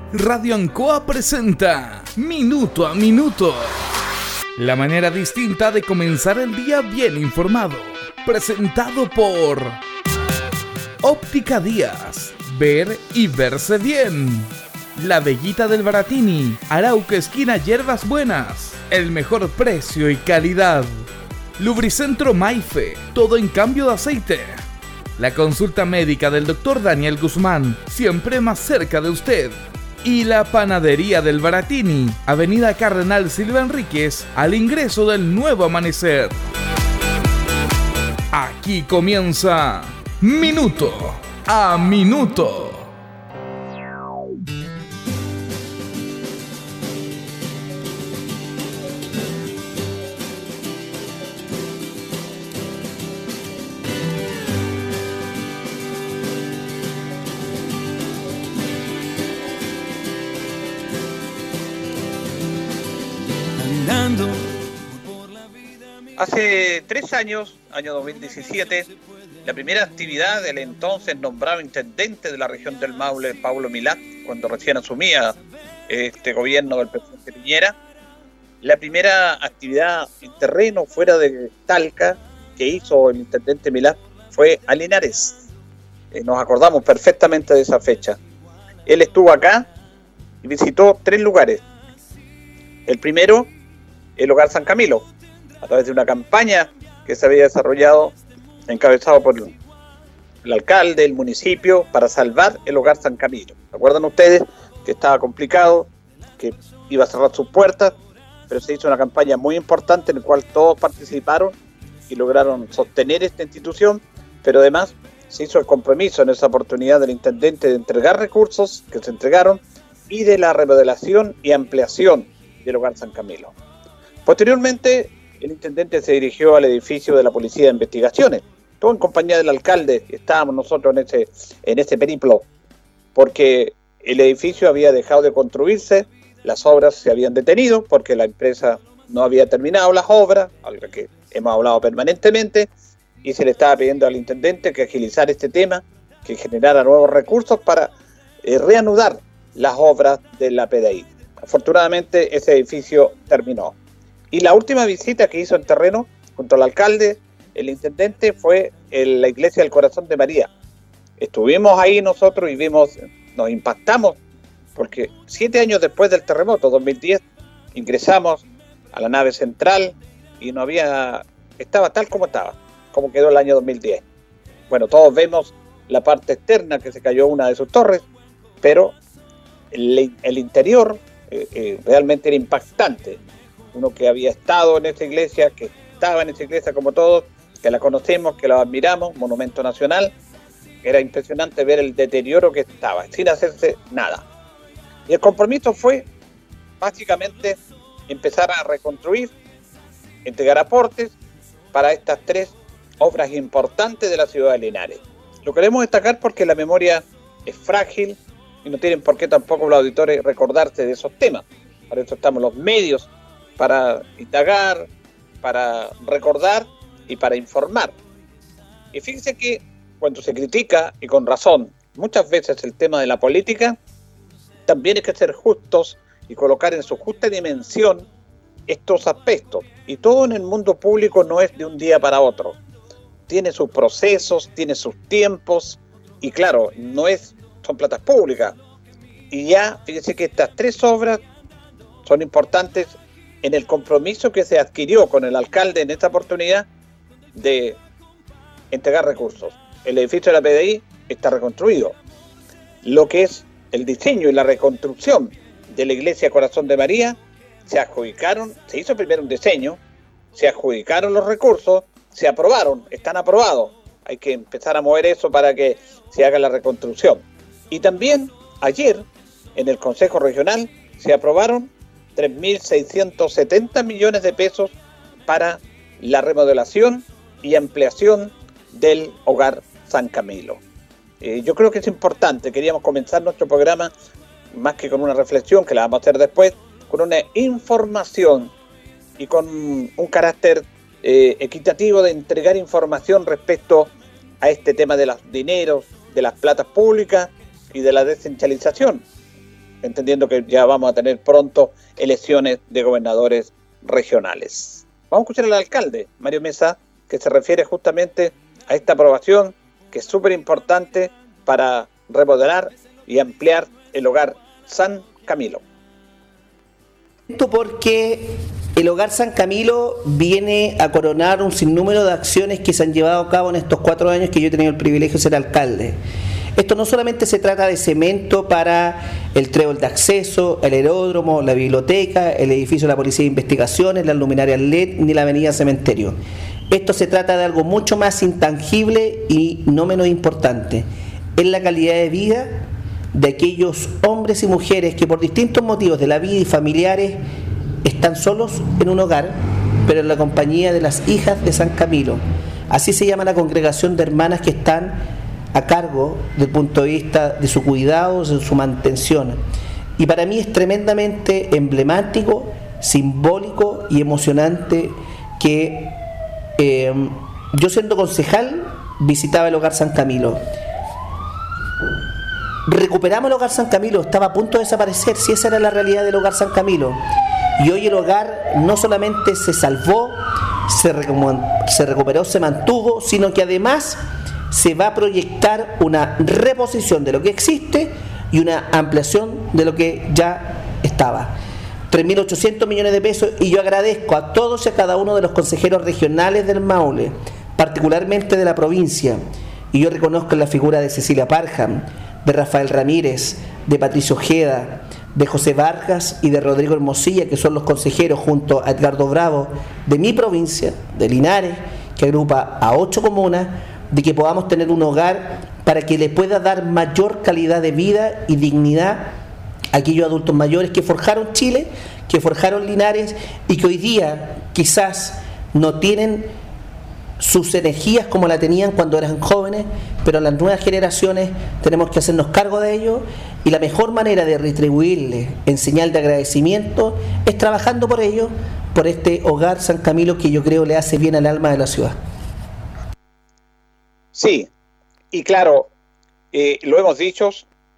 Radio Ancoa presenta Minuto a Minuto. La manera distinta de comenzar el día bien informado. Presentado por Óptica Díaz. Ver y verse bien. La Bellita del Baratini. Arauco esquina Hierbas Buenas. El mejor precio y calidad. Lubricentro Maife. Todo en cambio de aceite. La consulta médica del Dr. Daniel Guzmán. Siempre más cerca de usted. Y la Panadería del Baratini, Avenida Cardenal Silva Enríquez, al ingreso del Nuevo Amanecer. Aquí comienza Minuto a Minuto. Hace 3 años, año 2017, la primera actividad del entonces nombrado intendente de la región del Maule, Paulo Milad, cuando recién asumía este gobierno del presidente Piñera, la primera actividad en terreno fuera de Talca que hizo el intendente Milad fue a Linares. Nos acordamos perfectamente de esa fecha. Él estuvo acá y visitó 3 lugares. El primero, el Hogar San Camilo, a través de una campaña que se había desarrollado, encabezado por el alcalde, el municipio, para salvar el Hogar San Camilo. ¿Recuerdan ustedes que estaba complicado, que iba a cerrar sus puertas, pero se hizo una campaña muy importante en la cual todos participaron y lograron sostener esta institución, pero además se hizo el compromiso en esa oportunidad del intendente de entregar recursos que se entregaron y de la remodelación y ampliación del Hogar San Camilo. Posteriormente, el intendente se dirigió al edificio de la Policía de Investigaciones, todo en compañía del alcalde. Estábamos nosotros en ese periplo, porque el edificio había dejado de construirse, las obras se habían detenido, porque la empresa no había terminado las obras, algo que hemos hablado permanentemente, y se le estaba pidiendo al intendente que agilizara este tema, que generara nuevos recursos para reanudar las obras de la PDI. Afortunadamente, ese edificio terminó. Y la última visita que hizo en terreno, junto al alcalde, el intendente, fue en la iglesia del Corazón de María. Estuvimos ahí nosotros y nos impactamos, porque 7 años después del terremoto, 2010, ingresamos a la nave central y estaba tal como estaba, como quedó el año 2010. Bueno, todos vemos la parte externa, que se cayó una de sus torres, pero el interior realmente era impactante. Uno que había estado en esa iglesia, que estaba en esa iglesia como todos, que la conocemos, que la admiramos, monumento nacional, era impresionante ver el deterioro que estaba, sin hacerse nada. Y el compromiso fue básicamente empezar a reconstruir, entregar aportes para estas 3 obras importantes de la ciudad de Linares. Lo queremos destacar porque la memoria es frágil y no tienen por qué tampoco los auditores recordarse de esos temas. Para eso estamos los medios, para indagar, para recordar y para informar. Y fíjense que cuando se critica, y con razón, muchas veces el tema de la política, también hay que ser justos y colocar en su justa dimensión estos aspectos. Y todo en el mundo público no es de un día para otro. Tiene sus procesos, tiene sus tiempos, y claro, son platas públicas. Y ya, fíjense que estas 3 obras son importantes en el compromiso que se adquirió con el alcalde en esta oportunidad de entregar recursos. El edificio de la PDI está reconstruido. Lo que es el diseño y la reconstrucción de la iglesia Corazón de María, se hizo primero un diseño, se adjudicaron los recursos, se aprobaron, están aprobados. Hay que empezar a mover eso para que se haga la reconstrucción. Y también ayer, en el Consejo Regional, se aprobaron 3.670 millones de pesos para la remodelación y ampliación del Hogar San Camilo. Yo creo que es importante, queríamos comenzar nuestro programa, más que con una reflexión, que la vamos a hacer después, con una información y con un carácter equitativo de entregar información respecto a este tema de los dineros, de las platas públicas y de la descentralización. entendiendo que ya vamos a tener pronto elecciones de gobernadores regionales. Vamos a escuchar al alcalde, Mario Mesa, que se refiere justamente a esta aprobación, que es súper importante para remodelar y ampliar el Hogar San Camilo. Esto porque el Hogar San Camilo viene a coronar un sinnúmero de acciones que se han llevado a cabo en estos 4 años que yo he tenido el privilegio de ser alcalde. Esto no solamente se trata de cemento para el trébol de acceso, el aeródromo, la biblioteca, el edificio de la Policía de Investigaciones, las luminarias LED ni la avenida Cementerio. Esto se trata de algo mucho más intangible y no menos importante. Es la calidad de vida de aquellos hombres y mujeres que por distintos motivos de la vida y familiares están solos en un hogar, pero en la compañía de las hijas de San Camilo. Así se llama la congregación de hermanas que están a cargo del punto de vista de su cuidado, de su mantención. Y para mí es tremendamente emblemático, simbólico y emocionante que yo, siendo concejal, visitaba el Hogar San Camilo. Recuperamos el Hogar San Camilo, estaba a punto de desaparecer, si esa era la realidad del Hogar San Camilo. Y hoy el hogar no solamente se salvó, se recuperó, se mantuvo, sino que además se va a proyectar una reposición de lo que existe y una ampliación de lo que ya estaba. 3.800 millones de pesos, y yo agradezco a todos y a cada uno de los consejeros regionales del Maule, particularmente de la provincia, y yo reconozco la figura de Cecilia Parham, de Rafael Ramírez, de Patricio Ojeda, de José Vargas y de Rodrigo Hermosilla, que son los consejeros junto a Edgardo Bravo de mi provincia, de Linares, que agrupa a 8 comunas, de que podamos tener un hogar para que le pueda dar mayor calidad de vida y dignidad a aquellos adultos mayores que forjaron Chile, que forjaron Linares y que hoy día quizás no tienen sus energías como la tenían cuando eran jóvenes, pero las nuevas generaciones tenemos que hacernos cargo de ello, y la mejor manera de retribuirles en señal de agradecimiento es trabajando por ello, por este Hogar San Camilo que yo creo le hace bien al alma de la ciudad. Sí, y claro, lo hemos dicho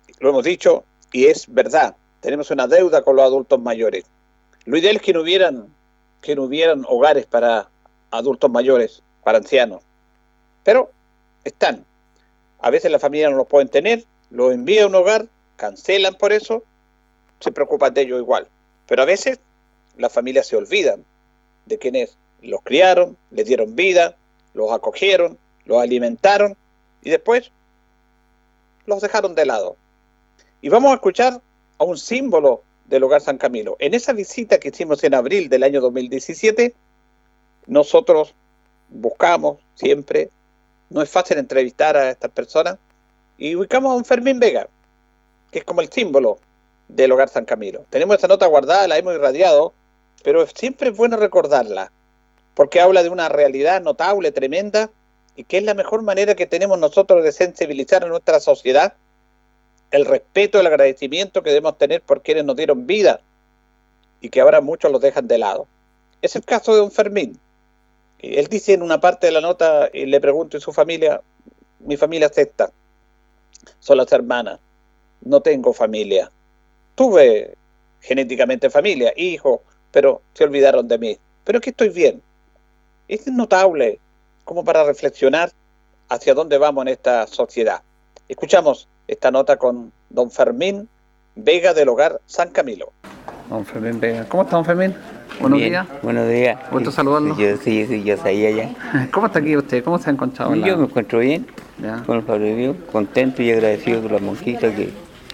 y es verdad, tenemos una deuda con los adultos mayores. Lo ideal es que no hubieran hogares para adultos mayores, para ancianos, pero están. A veces las familias no los pueden tener, los envían a un hogar, cancelan por eso, se preocupan de ellos igual. Pero a veces las familias se olvidan de quienes los criaron, les dieron vida, los acogieron, los alimentaron y después los dejaron de lado. Y vamos a escuchar a un símbolo del Hogar San Camilo. En esa visita que hicimos en abril del año 2017, nosotros buscamos siempre, no es fácil entrevistar a estas personas, y ubicamos a un Fermín Vega, que es como el símbolo del Hogar San Camilo. Tenemos esa nota guardada, la hemos irradiado, pero siempre es bueno recordarla, porque habla de una realidad notable, tremenda, y que es la mejor manera que tenemos nosotros de sensibilizar a nuestra sociedad el respeto, el agradecimiento que debemos tener por quienes nos dieron vida y que ahora muchos los dejan de lado. Es el caso de don Fermín. Él dice en una parte de la nota, y le pregunto, ¿y su familia? Mi familia acepta, son las hermanas, no tengo familia. Tuve genéticamente familia, hijos, pero se olvidaron de mí. Pero es que estoy bien. Es notable como para reflexionar hacia dónde vamos en esta sociedad. Escuchamos esta nota con don Fermín Vega del Hogar San Camilo. Don Fermín Vega. ¿Cómo está, don Fermín? Buenos días. Buenos días. ¿Gusto saludarlo? Yo sabía ya. ¿Cómo está aquí usted? ¿Cómo se ha encontrado? Yo me encuentro bien, ¿Ya? con el favor de Dios, contento y agradecido con las monjitas que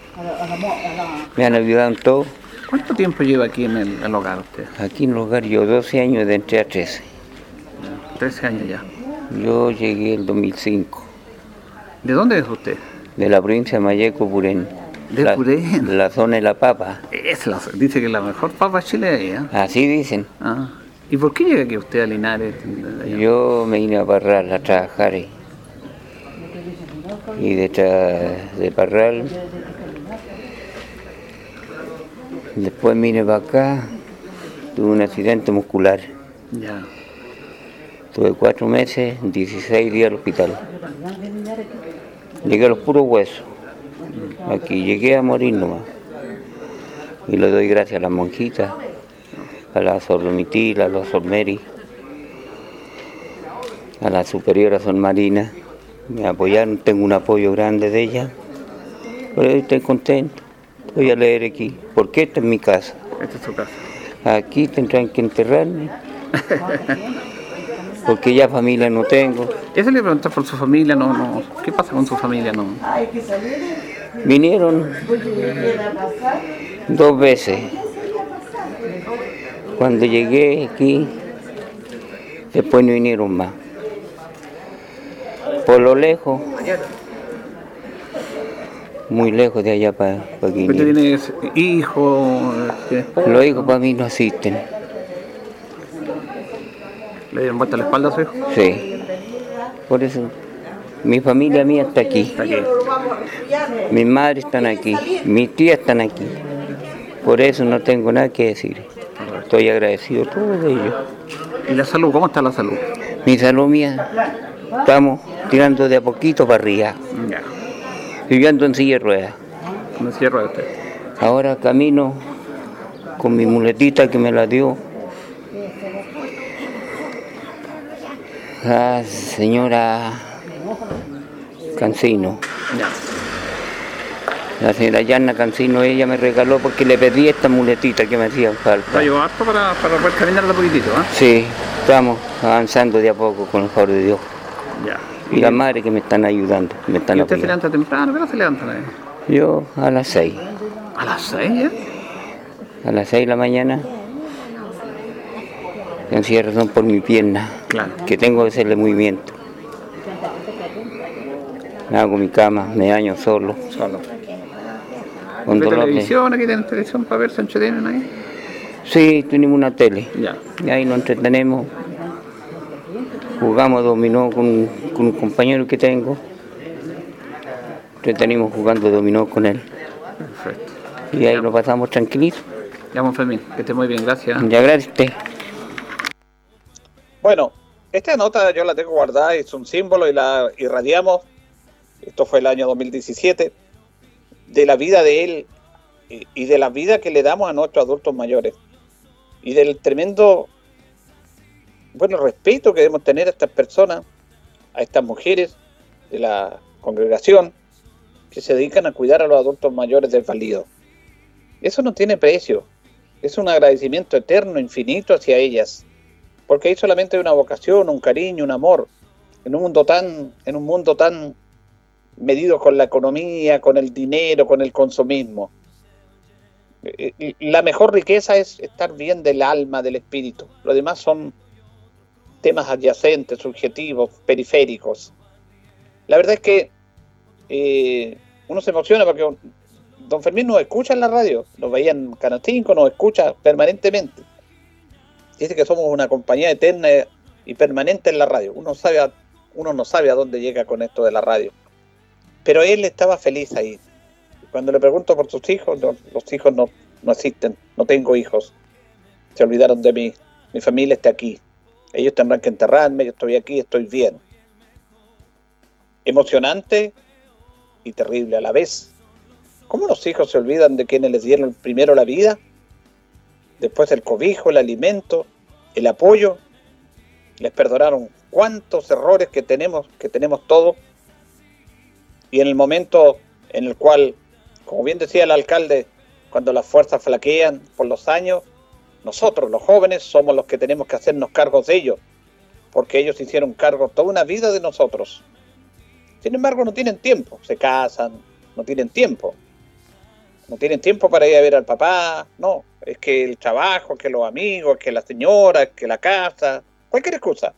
me han ayudado en todo. ¿Cuánto tiempo lleva aquí en el hogar usted? Aquí en el hogar yo 12 años, de entré a 13. 13 años ya. Yo llegué el 2005, ¿De dónde es usted? de la provincia de Mayeco, Purén. Purén. De la zona de La Papa. Dice que es la mejor papa chilena. Así dicen. Ah. ¿Y por qué llega aquí usted a Linares? Yo me vine a Parral a trabajar y detrás de Parral después vine para acá, tuve un accidente muscular. Ya. Tuve 4 meses, 16 días al hospital. Llegué a los puros huesos. Aquí llegué a morir nomás. Y le doy gracias a las monjitas, a la Sor Domitila, a la Sor Mary, a la superiora Sor Marina. Me apoyaron, tengo un apoyo grande de ella. Pero estoy contento. Voy a leer aquí, porque esta es mi casa. Esta es su casa. Aquí tendrán que enterrarme, porque ya familia no tengo. Eso le pregunté por su familia, no. ¿Qué pasa con su familia? No. Vinieron 2 veces. Cuando llegué aquí, después no vinieron más. Por lo lejos, muy lejos de allá para aquí. ¿Usted tiene hijos? ¿Tiene esposa? Los hijos para mí no asisten. ¿Le dieron vuelta la espalda a su hijo? Sí. Por eso, mi familia mía está aquí. Está aquí. Mis madres están aquí. Mis tías están aquí. Por eso no tengo nada que decir. Estoy agradecido a todos ellos. ¿Y la salud? ¿Cómo está la salud? Mi salud mía, estamos tirando de a poquito para arriba. Ya. Viviendo en silla de ruedas. ¿Cómo cierra usted? Ahora camino con mi muletita que me la dio la señora Cancino. Ya. La señora Yanna Cancino, ella me regaló porque le pedí esta muletita que me hacía ¿Te falta. ayudó harto para poder caminar de a poquitito? Sí, estamos avanzando de a poco con el favor de Dios. Ya. Y las madres que me están ayudando, me están ¿Y usted se apoyando. levanta temprano? ¿Qué hora se levantan ahí? Yo a las 6. ¿A las 6 ya? A las 6 de la mañana. Tengo razón por mi pierna, Claro. que tengo que hacerle movimiento. Me hago mi cama, me baño solo. Solo. Con ¿Ve dolor de... televisión? ¿Aquí tienen televisión para ver? ¿Se entretienen ahí? Sí, tenemos una tele. Ya. Y ahí nos entretenemos. Jugamos dominó con un compañero que tengo. Entretenimos jugando dominó con él. Perfecto. Y ahí lo pasamos tranquilito. Ya, don Fermín, que esté muy bien, gracias. Ya gracias a usted. Bueno, esta nota yo la tengo guardada, es un símbolo y la irradiamos. Esto fue el año 2017, de la vida de él y de la vida que le damos a nuestros adultos mayores. Y del tremendo, respeto que debemos tener a estas personas, a estas mujeres de la congregación que se dedican a cuidar a los adultos mayores desvalidos. Eso no tiene precio. Es un agradecimiento eterno, infinito hacia ellas. Porque ahí solamente hay una vocación, un cariño, un amor, en un mundo tan medido con la economía, con el dinero, con el consumismo. La mejor riqueza es estar bien del alma, del espíritu. Lo demás son temas adyacentes, subjetivos, periféricos. La verdad es que uno se emociona porque don Fermín nos escucha en la radio, nos veía en Canal 5, nos escucha permanentemente. Dice que somos una compañía eterna y permanente en la radio. Uno no sabe a dónde llega con esto de la radio. Pero él estaba feliz ahí. Cuando le pregunto por sus hijos, los hijos no existen. No tengo hijos. Se olvidaron de mí. Mi familia está aquí. Ellos tendrán que enterrarme. Yo estoy aquí, estoy bien. Emocionante y terrible a la vez. ¿Cómo los hijos se olvidan de quienes les dieron primero la vida? Después el cobijo, el alimento, el apoyo. Les perdonaron cuántos errores que tenemos todos. Y en el momento en el cual, como bien decía el alcalde, cuando las fuerzas flaquean por los años, nosotros los jóvenes somos los que tenemos que hacernos cargo de ellos, porque ellos hicieron cargo toda una vida de nosotros. Sin embargo, no tienen tiempo, se casan, no tienen tiempo. No tienen tiempo para ir a ver al papá, no, es que el trabajo, que los amigos, que la señora, que la casa, cualquier excusa.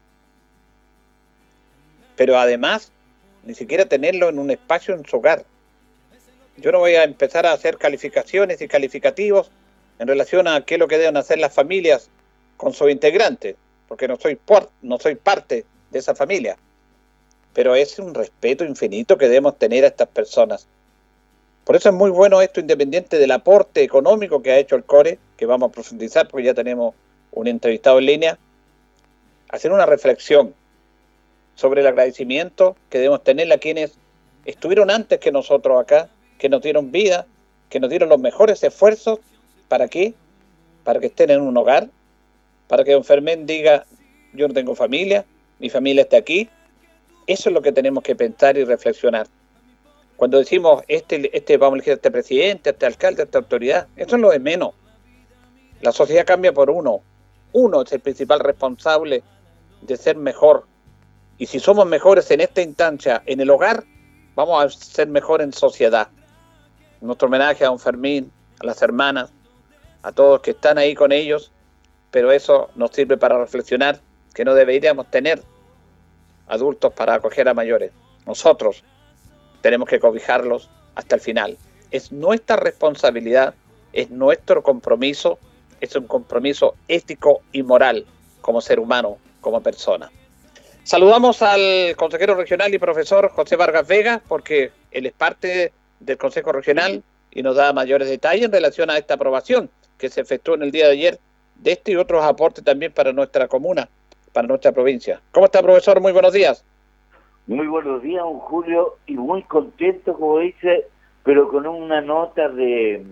Pero además, ni siquiera tenerlo en un espacio en su hogar. Yo no voy a empezar a hacer calificaciones y calificativos en relación a qué es lo que deben hacer las familias con sus integrantes, porque no soy parte de esa familia. Pero es un respeto infinito que debemos tener a estas personas. Por eso es muy bueno esto, independiente del aporte económico que ha hecho el CORE, que vamos a profundizar porque ya tenemos un entrevistado en línea, hacer una reflexión sobre el agradecimiento que debemos tener a quienes estuvieron antes que nosotros acá, que nos dieron vida, que nos dieron los mejores esfuerzos. ¿Para qué? Para que estén en un hogar, para que don Fermín diga, yo no tengo familia, mi familia está aquí. Eso es lo que tenemos que pensar y reflexionar. Cuando decimos, vamos a elegir a este presidente, a este alcalde, a esta autoridad, eso es lo de menos. La sociedad cambia por uno. Uno es el principal responsable de ser mejor. Y si somos mejores en esta instancia, en el hogar, vamos a ser mejor en sociedad. Nuestro homenaje a don Fermín, a las hermanas, a todos que están ahí con ellos, pero eso nos sirve para reflexionar que no deberíamos tener adultos para acoger a mayores. Nosotros tenemos que cobijarlos hasta el final. Es nuestra responsabilidad, es nuestro compromiso, es un compromiso ético y moral como ser humano, como persona. Saludamos al consejero regional y profesor José Vargas Vega, porque él es parte del Consejo Regional y nos da mayores detalles en relación a esta aprobación que se efectuó en el día de ayer de este y otros aportes también para nuestra comuna, para nuestra provincia. ¿Cómo está, profesor? Muy buenos días. Muy buenos días, don Julio, y muy contento, como dice, pero con una nota de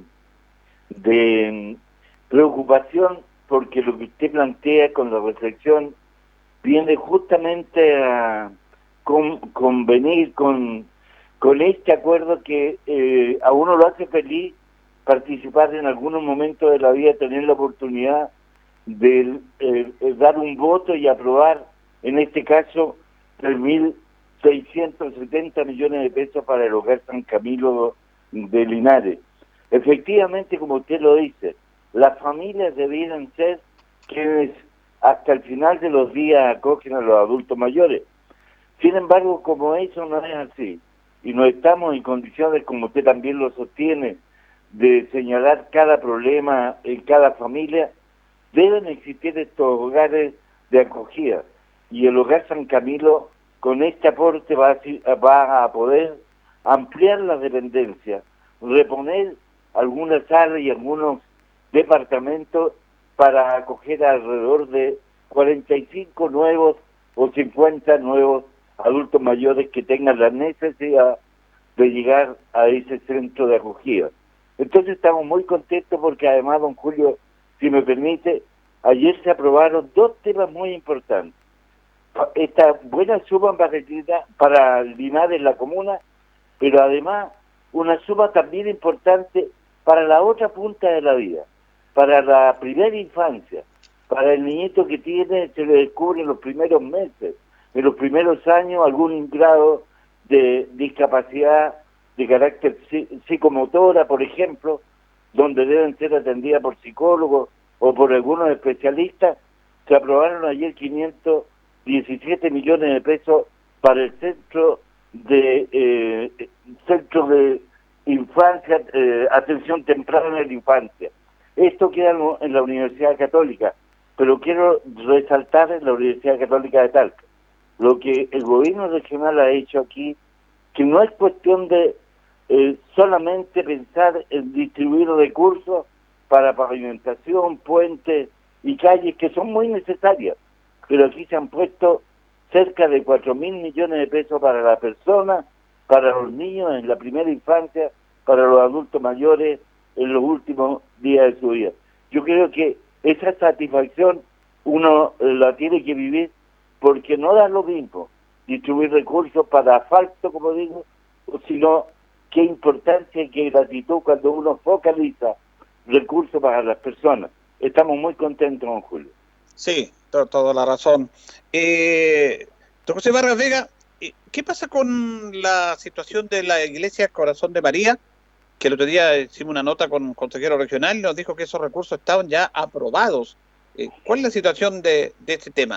preocupación, porque lo que usted plantea con la reflexión viene justamente a convenir con este acuerdo que a uno lo hace feliz participar en algunos momentos de la vida, tener la oportunidad de dar un voto y aprobar, en este caso, 3.670 millones de pesos para el Hogar San Camilo de Linares. Efectivamente, como usted lo dice, las familias debieran ser quienes hasta el final de los días acogen a los adultos mayores. Sin embargo, como eso no es así, y no estamos en condiciones, como usted también lo sostiene, de señalar cada problema en cada familia, deben existir estos hogares de acogida. Y el Hogar San Camilo, con este aporte, va a poder ampliar las dependencias, reponer algunas salas y algunos departamentos para acoger alrededor de 45 nuevos o 50 nuevos adultos mayores que tengan la necesidad de llegar a ese centro de acogida. Entonces estamos muy contentos porque además, don Julio, si me permite, ayer se aprobaron dos temas muy importantes. Esta buena suma para Linares, la comuna, pero además una suma también importante para la otra punta de la vida, para la primera infancia, para el niñito que se le descubre en los primeros meses, en los primeros años, algún grado de discapacidad de carácter psicomotora, por ejemplo, donde deben ser atendidas por psicólogos o por algunos especialistas. Se aprobaron ayer 517 millones de pesos para el centro de infancia, atención temprana en la infancia. Esto queda en la Universidad Católica, pero quiero resaltar en la Universidad Católica de Talca lo que el gobierno regional ha hecho aquí, que no es cuestión de solamente pensar en distribuir recursos para pavimentación, puentes y calles que son muy necesarias, pero aquí se han puesto cerca de 4.000 millones de pesos para la persona, para los niños en la primera infancia, para los adultos mayores en los últimos días de su vida. Yo creo que esa satisfacción uno la tiene que vivir, porque no da lo mismo distribuir recursos para asfalto, como digo, sino qué importancia y qué gratitud cuando uno focaliza recursos para las personas. Estamos muy contentos, don Julio. Sí, toda la razón. Don José Vargas Vega, ¿qué pasa con la situación de la Iglesia Corazón de María? Que el otro día hicimos una nota con un consejero regional y nos dijo que esos recursos estaban ya aprobados. ¿Cuál es la situación de este tema?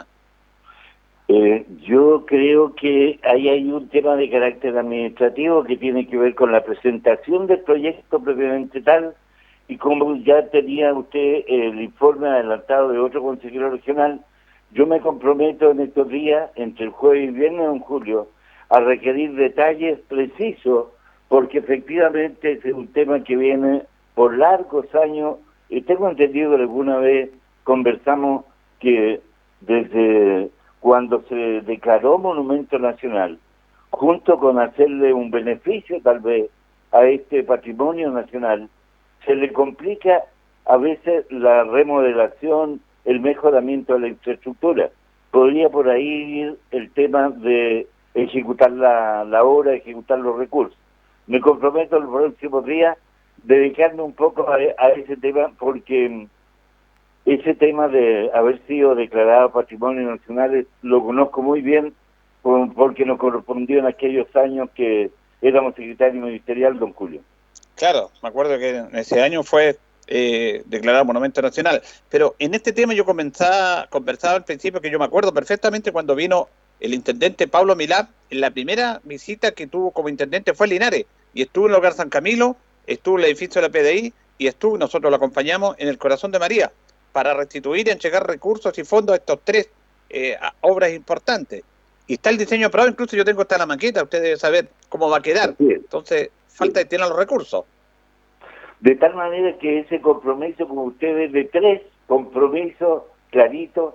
Yo creo que ahí hay un tema de carácter administrativo que tiene que ver con la presentación del proyecto propiamente tal, y como ya tenía usted el informe adelantado de otro consejero regional, yo me comprometo en estos días, entre el jueves y viernes, don Julio, a requerir detalles precisos, porque efectivamente es un tema que viene por largos años, y tengo entendido que alguna vez conversamos que desde cuando se declaró monumento nacional, junto con hacerle un beneficio tal vez a este patrimonio nacional, se le complica a veces la remodelación, el mejoramiento de la infraestructura. Podría por ahí ir el tema de ejecutar la obra, ejecutar los recursos. Me comprometo el próximo día dedicarme un poco a ese tema, porque ese tema de haber sido declarado Patrimonio Nacional lo conozco muy bien, porque nos correspondió en aquellos años que éramos secretario ministerial, don Julio. Claro, me acuerdo que en ese año fue declarado Monumento Nacional. Pero en este tema yo conversaba al principio, que yo me acuerdo perfectamente cuando vino el intendente Pablo Milá. En la primera visita que tuvo como intendente fue a Linares, y estuvo en el Hogar San Camilo, estuvo en el edificio de la PDI, y nosotros lo acompañamos en el Corazón de María, para restituir y entregar recursos y fondos a estos 3 obras importantes. Y está el diseño aprobado, incluso yo tengo hasta la maqueta, usted debe saber cómo va a quedar. Entonces, falta de tener los recursos. De tal manera que ese compromiso, como ustedes, de 3 compromisos claritos,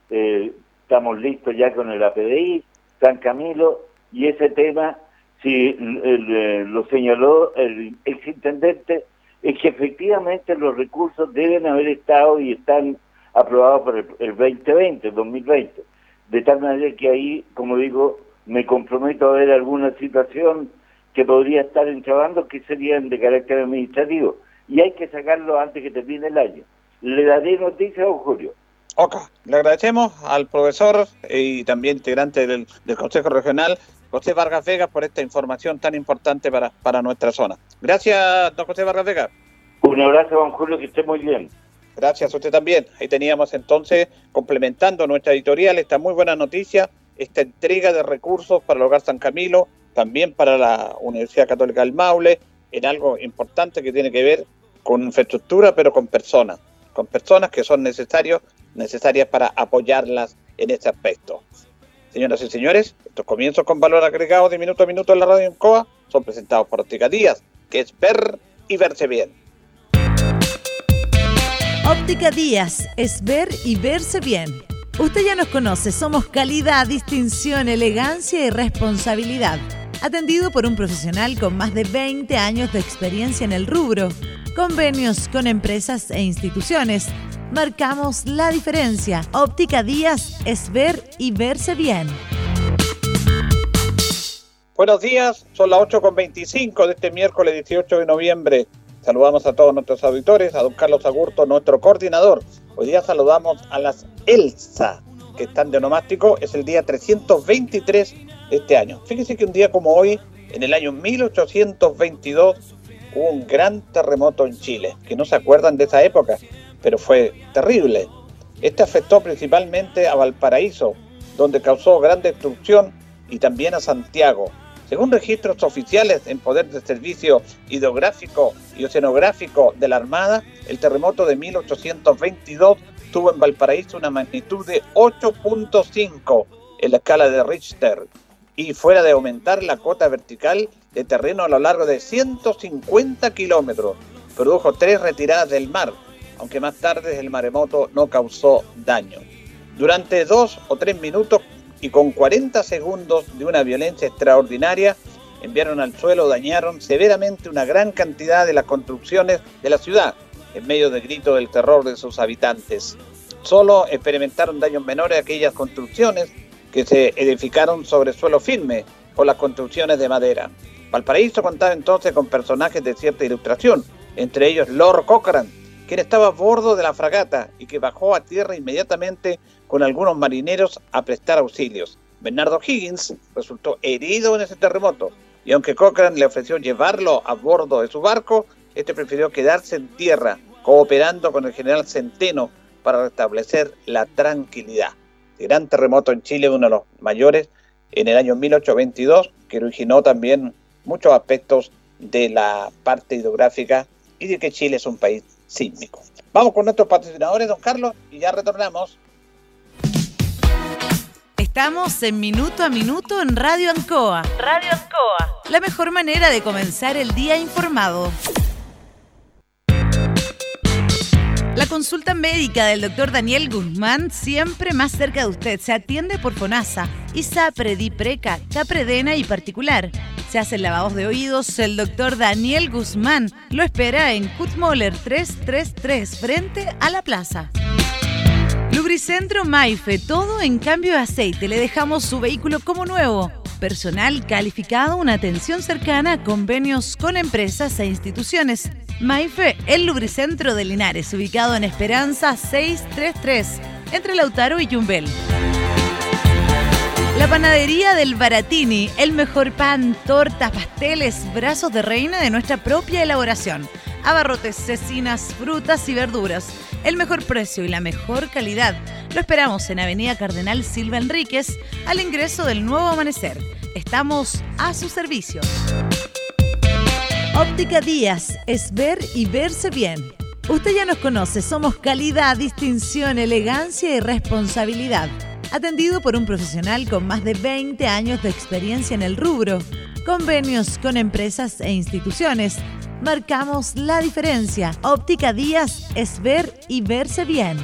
estamos listos ya con el APDI, San Camilo, y ese tema, si lo señaló el exintendente, es que efectivamente los recursos deben haber estado y están aprobados para el 2020. De tal manera que ahí, como digo, me comprometo a ver alguna situación que podría estar entrabando, que serían de carácter administrativo, y hay que sacarlo antes que termine el año. Le daré noticias, don Julio. Ok, le agradecemos al profesor y también integrante del Consejo Regional, José Vargas Vega, por esta información tan importante para nuestra zona. Gracias, don José Vargas Vega. Un abrazo, don Julio, que esté muy bien. Gracias a usted también. Ahí teníamos entonces, complementando nuestra editorial, esta muy buena noticia, esta entrega de recursos para el Hogar San Camilo, también para la Universidad Católica del Maule, en algo importante que tiene que ver con infraestructura, pero con personas que son necesarias para apoyarlas en este aspecto. Señoras y señores, estos comienzos con valor agregado de Minuto a Minuto en la Radio Ancoa son presentados por Óptica Díaz, que es ver y verse bien. Óptica Díaz es ver y verse bien. Usted ya nos conoce, somos calidad, distinción, elegancia y responsabilidad. Atendido por un profesional con más de 20 años de experiencia en el rubro. Convenios con empresas e instituciones. Marcamos la diferencia. Óptica Díaz es ver y verse bien. Buenos días, son las 8:25 de este miércoles 18 de noviembre. Saludamos a todos nuestros auditores, a don Carlos Agurto, nuestro coordinador. Hoy día saludamos a las ELSA, que están de onomástico, es el día 323 de este año. Fíjense que un día como hoy, en el año 1822, hubo un gran terremoto en Chile, que no se acuerdan de esa época, pero fue terrible. Este afectó principalmente a Valparaíso, donde causó gran destrucción, y también a Santiago. Según registros oficiales en poder del Servicio Hidrográfico y Oceanográfico de la Armada, el terremoto de 1822 tuvo en Valparaíso una magnitud de 8.5 en la escala de Richter, y fuera de aumentar la cota vertical de terreno a lo largo de 150 kilómetros, produjo 3 retiradas del mar, aunque más tarde el maremoto no causó daño. Durante 2 o 3 minutos y con 40 segundos de una violencia extraordinaria, enviaron al suelo, dañaron severamente una gran cantidad de las construcciones de la ciudad, en medio del grito del terror de sus habitantes. Solo experimentaron daños menores aquellas construcciones que se edificaron sobre suelo firme o las construcciones de madera. Valparaíso contaba entonces con personajes de cierta ilustración, entre ellos Lord Cochrane, quien estaba a bordo de la fragata y que bajó a tierra inmediatamente con algunos marineros a prestar auxilios. Bernardo Higgins resultó herido en ese terremoto, y aunque Cochrane le ofreció llevarlo a bordo de su barco, este prefirió quedarse en tierra, cooperando con el general Centeno para restablecer la tranquilidad. El gran terremoto en Chile, uno de los mayores, en el año 1822, que originó también muchos aspectos de la parte hidrográfica y de que Chile es un país sísmico. Vamos con nuestros patrocinadores, don Carlos, y ya retornamos. Estamos en Minuto a Minuto en Radio Ancoa. Radio Ancoa. La mejor manera de comenzar el día informado. La consulta médica del Dr. Daniel Guzmán, siempre más cerca de usted. Se atiende por FONASA, ISAPRE, DIPRECA, CAPREDENA y particular. Se hacen lavados de oídos. El doctor Daniel Guzmán lo espera en Kutmoller 333 frente a la plaza. Lubricentro Maife, todo en cambio de aceite. Le dejamos su vehículo como nuevo. Personal calificado, una atención cercana, convenios con empresas e instituciones. Maife, el lubricentro de Linares, ubicado en Esperanza 633, entre Lautaro y Yumbel. La panadería del Baratini, el mejor pan, tortas, pasteles, brazos de reina de nuestra propia elaboración. Abarrotes, cecinas, frutas y verduras. El mejor precio y la mejor calidad. Lo esperamos en Avenida Cardenal Silva Enríquez, al ingreso del Nuevo Amanecer. Estamos a su servicio. Óptica Díaz, es ver y verse bien. Usted ya nos conoce, somos calidad, distinción, elegancia y responsabilidad. Atendido por un profesional con más de 20 años de experiencia en el rubro. Convenios con empresas e instituciones. Marcamos la diferencia. Óptica Díaz es ver y verse bien.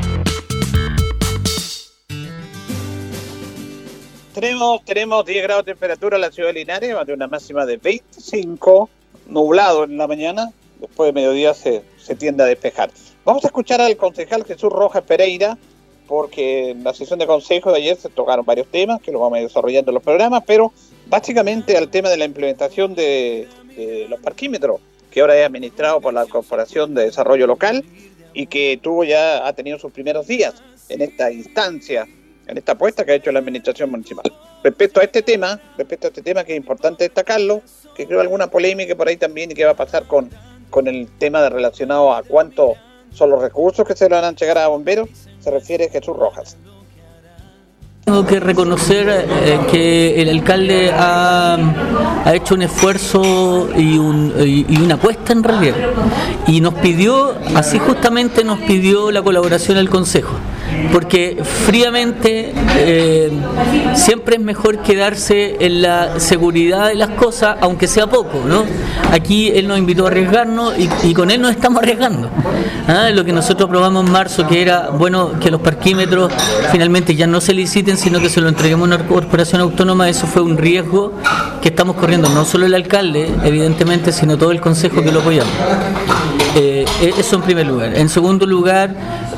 Tenemos 10 grados de temperatura en la ciudad de Linares, de una máxima de 25, nublado en la mañana, después de mediodía se tiende a despejar. Vamos a escuchar al concejal Jesús Rojas Pereira, porque en la sesión de consejo de ayer se tocaron varios temas, que lo vamos a ir desarrollando en los programas, pero básicamente al tema de la implementación de los parquímetros, que ahora es administrado por la Corporación de Desarrollo Local y que ha tenido sus primeros días en esta instancia, en esta apuesta que ha hecho la Administración Municipal. Respecto a este tema que es importante destacarlo, que creo alguna polémica por ahí también y que va a pasar con el tema relacionado a cuánto son los recursos que se le van a entregar a bomberos, se refiere Jesús Rojas. Tengo que reconocer que el alcalde ha hecho un esfuerzo y una apuesta en realidad, y nos pidió la colaboración del Consejo, porque fríamente siempre es mejor quedarse en la seguridad de las cosas, aunque sea poco, ¿no? Aquí él nos invitó a arriesgarnos y con él nos estamos arriesgando. Lo que nosotros aprobamos en marzo, que era bueno que los parquímetros finalmente ya no se liciten, sino que se lo entreguemos a una corporación autónoma, eso fue un riesgo que estamos corriendo, no solo el alcalde, evidentemente, sino todo el consejo que lo apoyamos. Eso en primer lugar. En segundo lugar,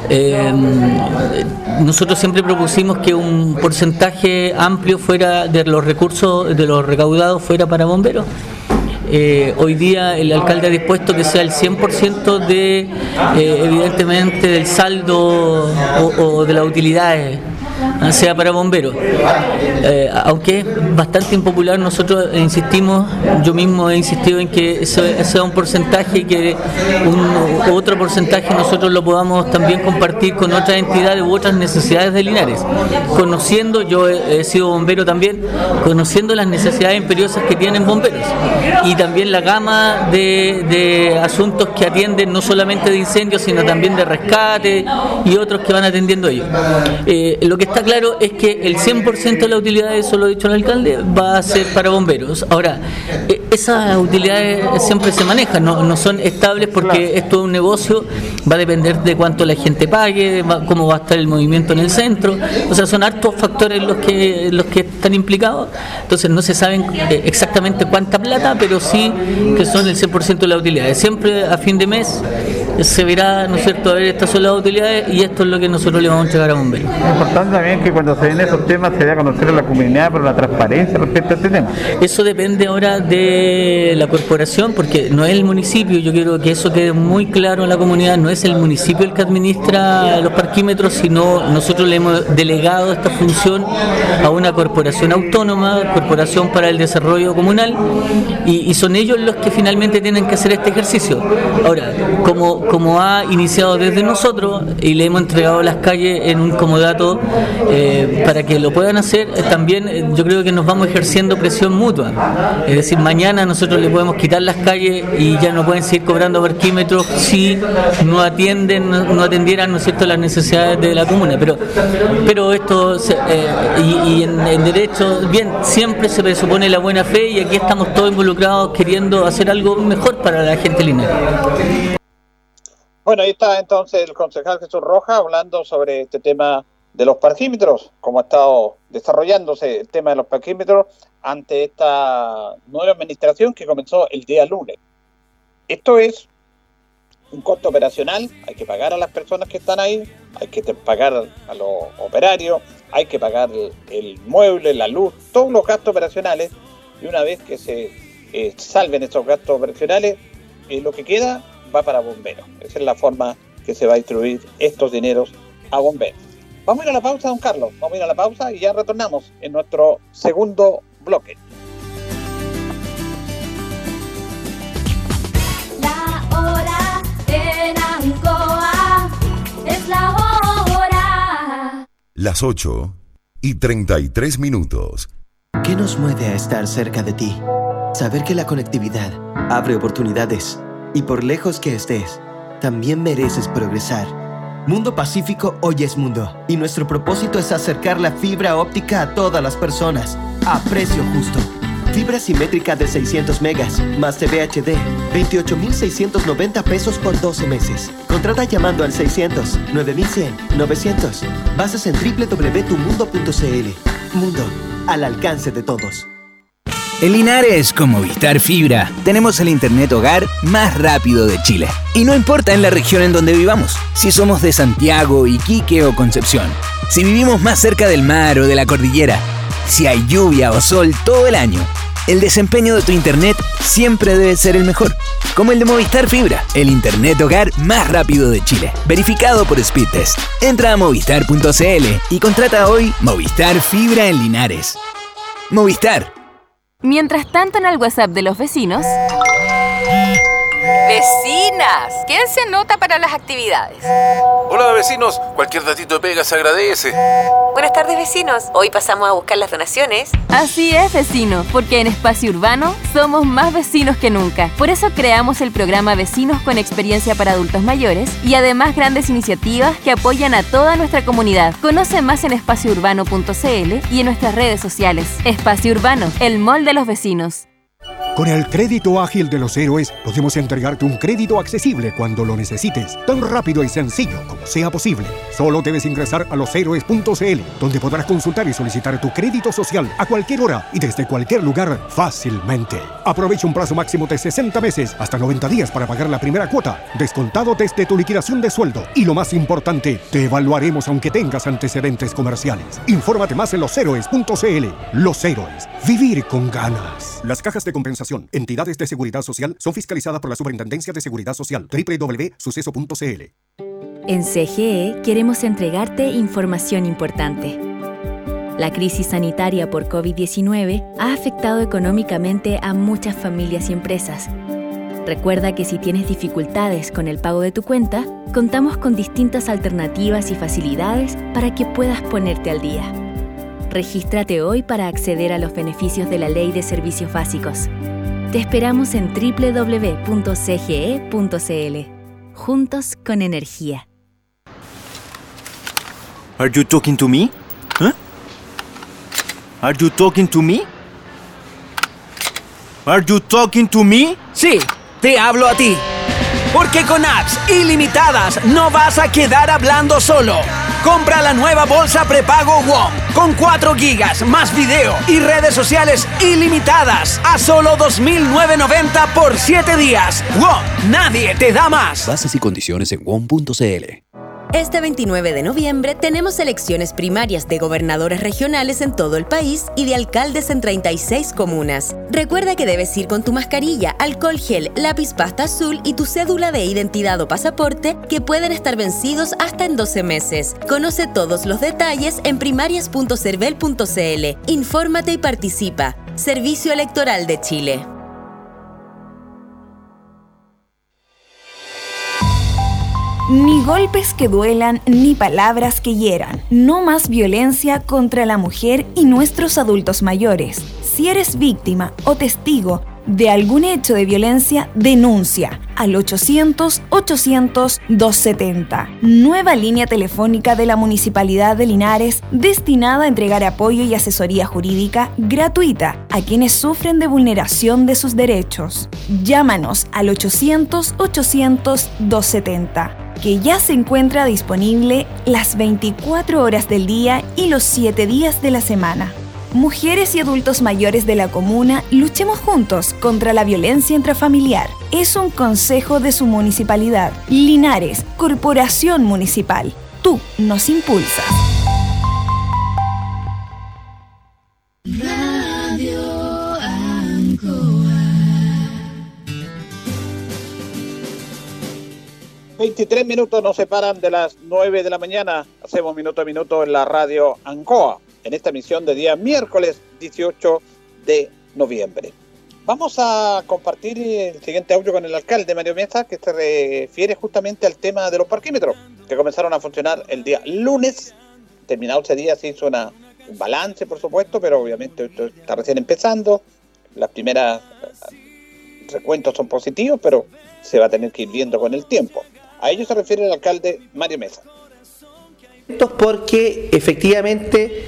nosotros siempre propusimos que un porcentaje amplio fuera de los recursos, de los recaudados, fuera para bomberos. Hoy día el alcalde ha dispuesto que sea el 100% de, evidentemente, del saldo o de las utilidades, sea para bomberos. Aunque es bastante impopular, nosotros insistimos, yo mismo he insistido en que sea un porcentaje y que otro porcentaje nosotros lo podamos también compartir con otras entidades u otras necesidades de Linares, conociendo, yo he sido bombero también, conociendo las necesidades imperiosas que tienen bomberos y también la gama de asuntos que atienden, no solamente de incendios, sino también de rescate y otros que van atendiendo ellos. Lo que está claro es que el 100% de la utilidad, eso lo ha dicho el alcalde, va a ser para bomberos. Ahora, esas utilidades siempre se manejan, no son estables, porque esto es un negocio, va a depender de cuánto la gente pague, cómo va a estar el movimiento en el centro, o sea, son hartos factores los que están implicados, entonces no se saben exactamente cuánta plata, pero sí que son el 100% de las utilidades. Siempre a fin de mes se verá, ¿no es cierto?, a ver, estas son las utilidades y esto es lo que nosotros le vamos a entregar a bomberos. Es importante también que cuando se ven esos temas se dé a conocer a la comunidad por la transparencia respecto a este tema. Eso depende ahora de la corporación, porque no es el municipio, yo quiero que eso quede muy claro en la comunidad, no es el municipio el que administra los parquímetros, sino nosotros le hemos delegado esta función a una corporación autónoma, Corporación para el Desarrollo Comunal, y son ellos los que finalmente tienen que hacer este ejercicio. Ahora, como ha iniciado desde nosotros y le hemos entregado las calles en un comodato para que lo puedan hacer, también yo creo que nos vamos ejerciendo presión mutua. Es decir, mañana nosotros le podemos quitar las calles y ya no pueden seguir cobrando parquímetros si no atendieran, ¿no es cierto?, las necesidades de la comuna. Pero esto, en derecho, bien, siempre se presupone la buena fe y aquí estamos todos involucrados queriendo hacer algo mejor para la gente linares. Bueno, ahí está entonces el concejal Jesús Rojas hablando sobre este tema de los parquímetros, cómo ha estado desarrollándose el tema de los parquímetros ante esta nueva administración que comenzó el día lunes. Esto es un costo operacional, hay que pagar a las personas que están ahí, hay que pagar a los operarios, hay que pagar el mueble, la luz, todos los gastos operacionales, y una vez que se salven estos gastos operacionales, lo que queda va para bomberos. Esa es la forma que se va a distribuir estos dineros a bomberos. Vamos a ir a la pausa, don Carlos, vamos a ir a la pausa y ya retornamos en nuestro segundo bloque. La hora en Ancoa es la hora. Las 8:33. ¿Qué nos mueve a estar cerca de ti? Saber que la conectividad abre oportunidades y por lejos que estés, también mereces progresar. Mundo Pacífico hoy es mundo y nuestro propósito es acercar la fibra óptica a todas las personas a precio justo. Fibra simétrica de 600 megas más TV HD, 28,690 pesos por 12 meses. Contrata llamando al 600-9100-900. Bases en www.tumundo.cl. Mundo, al alcance de todos. En Linares, con Movistar Fibra, tenemos el internet hogar más rápido de Chile. Y no importa en la región en donde vivamos, si somos de Santiago, Iquique o Concepción, si vivimos más cerca del mar o de la cordillera, si hay lluvia o sol todo el año, el desempeño de tu internet siempre debe ser el mejor. Como el de Movistar Fibra, el internet hogar más rápido de Chile. Verificado por Speedtest. Entra a movistar.cl y contrata hoy Movistar Fibra en Linares. Movistar. Mientras tanto, en el WhatsApp de los vecinos... ¡Vecinas! ¿Quién se anota para las actividades? Hola, vecinos. Cualquier datito de pega se agradece. Buenas tardes, vecinos. Hoy pasamos a buscar las donaciones. Así es, vecino, porque en Espacio Urbano somos más vecinos que nunca. Por eso creamos el programa Vecinos con Experiencia para Adultos Mayores y además grandes iniciativas que apoyan a toda nuestra comunidad. Conoce más en espaciourbano.cl y en nuestras redes sociales. Espacio Urbano, el mall de los vecinos. Con el crédito ágil de los héroes, podemos entregarte un crédito accesible cuando lo necesites, tan rápido y sencillo como sea posible. Solo debes ingresar a loshéroes.cl, donde podrás consultar y solicitar tu crédito social a cualquier hora y desde cualquier lugar fácilmente. Aprovecha un plazo máximo de 60 meses, hasta 90 días para pagar la primera cuota, descontado desde tu liquidación de sueldo. Y lo más importante, te evaluaremos aunque tengas antecedentes comerciales. Infórmate más en loshéroes.cl. Los Héroes. Vivir con ganas. Las cajas de compensación, entidades de seguridad social, son fiscalizadas por la Superintendencia de Seguridad Social. www.suceso.cl. En CGE queremos entregarte información importante. La crisis sanitaria por COVID-19 ha afectado económicamente a muchas familias y empresas. Recuerda que si tienes dificultades con el pago de tu cuenta, contamos con distintas alternativas y facilidades para que puedas ponerte al día. Regístrate hoy para acceder a los beneficios de la Ley de Servicios Básicos. Te esperamos en www.cge.cl. Juntos con energía. Are you talking to me? Huh? Are you talking to me? Are you talking to me? Sí, te hablo a ti. Porque con apps ilimitadas no vas a quedar hablando solo. Compra la nueva bolsa prepago WOM con 4 gigas más video y redes sociales ilimitadas a solo $2,990 por 7 días. WOM, nadie te da más. Bases y condiciones en WOM.cl. Este 29 de noviembre tenemos elecciones primarias de gobernadores regionales en todo el país y de alcaldes en 36 comunas. Recuerda que debes ir con tu mascarilla, alcohol gel, lápiz pasta azul y tu cédula de identidad o pasaporte, que pueden estar vencidos hasta en 12 meses. Conoce todos los detalles en primarias.cervel.cl. Infórmate y participa. Servicio Electoral de Chile. Ni golpes que duelan, ni palabras que hieran. No más violencia contra la mujer y nuestros adultos mayores. Si eres víctima o testigo de algún hecho de violencia, denuncia al 800-800-270. Nueva línea telefónica de la Municipalidad de Linares destinada a entregar apoyo y asesoría jurídica gratuita a quienes sufren de vulneración de sus derechos. Llámanos al 800-800-270. Que ya se encuentra disponible las 24 horas del día y los 7 días de la semana. Mujeres y adultos mayores de la comuna, luchemos juntos contra la violencia intrafamiliar. Es un consejo de su municipalidad. Linares, Corporación Municipal. Tú nos impulsas. Radio Ancoa. 23 minutos nos separan de las 9 de la mañana. Hacemos minuto a minuto en la radio Ancoa, en esta emisión de día miércoles 18 de noviembre. Vamos a compartir el siguiente audio con el alcalde Mario Mesa, que se refiere justamente al tema de los parquímetros, que comenzaron a funcionar el día lunes. Terminado ese día se hizo un balance, por supuesto, pero obviamente esto está recién empezando. Las primeras recuentos son positivos, pero se va a tener que ir viendo con el tiempo. A ello se refiere el alcalde Mario Mesa. Porque efectivamente